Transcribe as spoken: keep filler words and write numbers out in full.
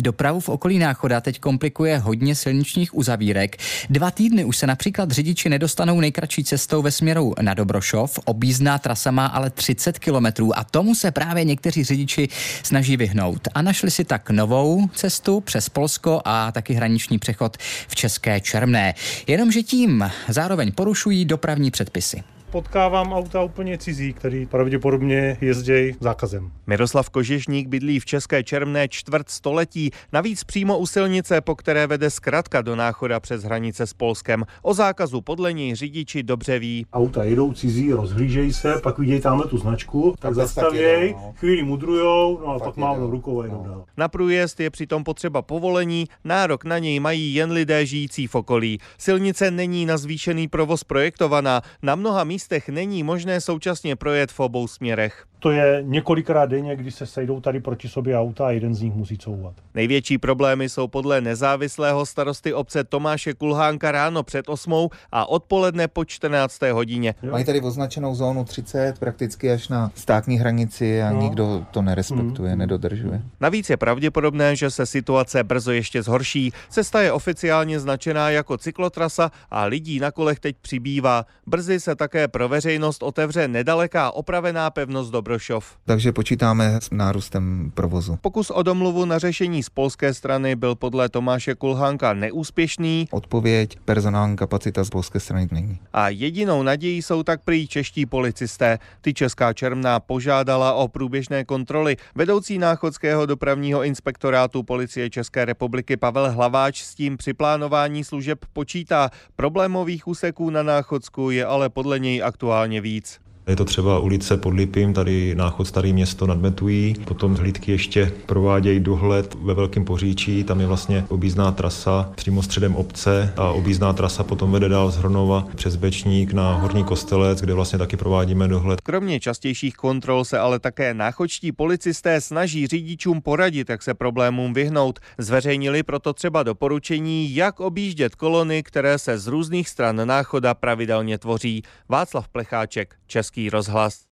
Dopravu v okolí Náchoda teď komplikuje hodně silničních uzavírek. Dva týdny už se například řidiči nedostanou nejkratší cestou ve směru na Dobrošov. Objízdná trasa má ale třicet kilometrů a tomu se právě někteří řidiči snaží vyhnout. A našli si tak novou cestu přes Polsko a taky hraniční přechod v České Čermné. Jenomže tím zároveň porušují dopravní předpisy. Potkávám auta úplně cizí, který pravděpodobně jezdí zákazem. Miroslav Kožešník bydlí v České Čermné čtvrt století, navíc přímo u silnice, po které vede zkratka do Náchoda přes hranice s Polskem. O zákazu podle něj řidiči dobře ví. Auta jedou cizí, rozhlížejí se, pak vidějí tamhle tu značku, tak zastavějí, no. Chvíli mudrujou, no a pak, pak mávnou rukou a jedou dál. Na průjezd je přitom potřeba povolení, nárok na něj mají jen lidé žijící v okolí. Silnice není na zvýšený provoz projektovaná, na mnoha místech není možné současně projet v obou směrech. To je několikrát denně, když se sejdou tady proti sobě auta a jeden z nich musí couvat. Největší problémy jsou podle nezávislého starosty obce Tomáše Kulhánka ráno před osmou a odpoledne po čtrnácté hodině. Mají tady označenou zónu třicet, prakticky až na státní hranici a no. Nikdo to nerespektuje, hmm. nedodržuje. Navíc je pravděpodobné, že se situace brzo ještě zhorší. Cesta je oficiálně značená jako cyklotrasa a lidí na kolech teď přibývá. Brzy se také pro veřejnost otevře nedaleká opravená pevnost Dobrošov. Takže počítáme s nárůstem provozu. Pokus o domluvu na řešení z polské strany byl podle Tomáše Kulhánka neúspěšný. Odpověď, personální kapacita z polské strany není. A jedinou nadějí jsou tak prý čeští policisté. Ty Česká Čermná požádala o průběžné kontroly. Vedoucí náchodského dopravního inspektorátu Policie České republiky Pavel Hlaváč s tím při plánování služeb počítá. Problémových úseků na Náchodsku je ale podle něj aktuálně víc. Je to třeba ulice pod Lipím, tady Náchod Starý Město nad Metují, potom hlídky ještě provádějí dohled ve Velkém Poříčí, tam je vlastně objízdná trasa přímo středem obce a objízdná trasa potom vede dál z Hronova přes Bečník na Horní Kostelec, kde vlastně taky provádíme dohled. Kromě častějších kontrol se ale také náchodští policisté snaží řidičům poradit, jak se problémům vyhnout. Zveřejnili proto třeba doporučení, jak objíždět kolony, které se z různých stran Náchoda pravidelně tvoří. Václav Plecháček, Český rozhlas.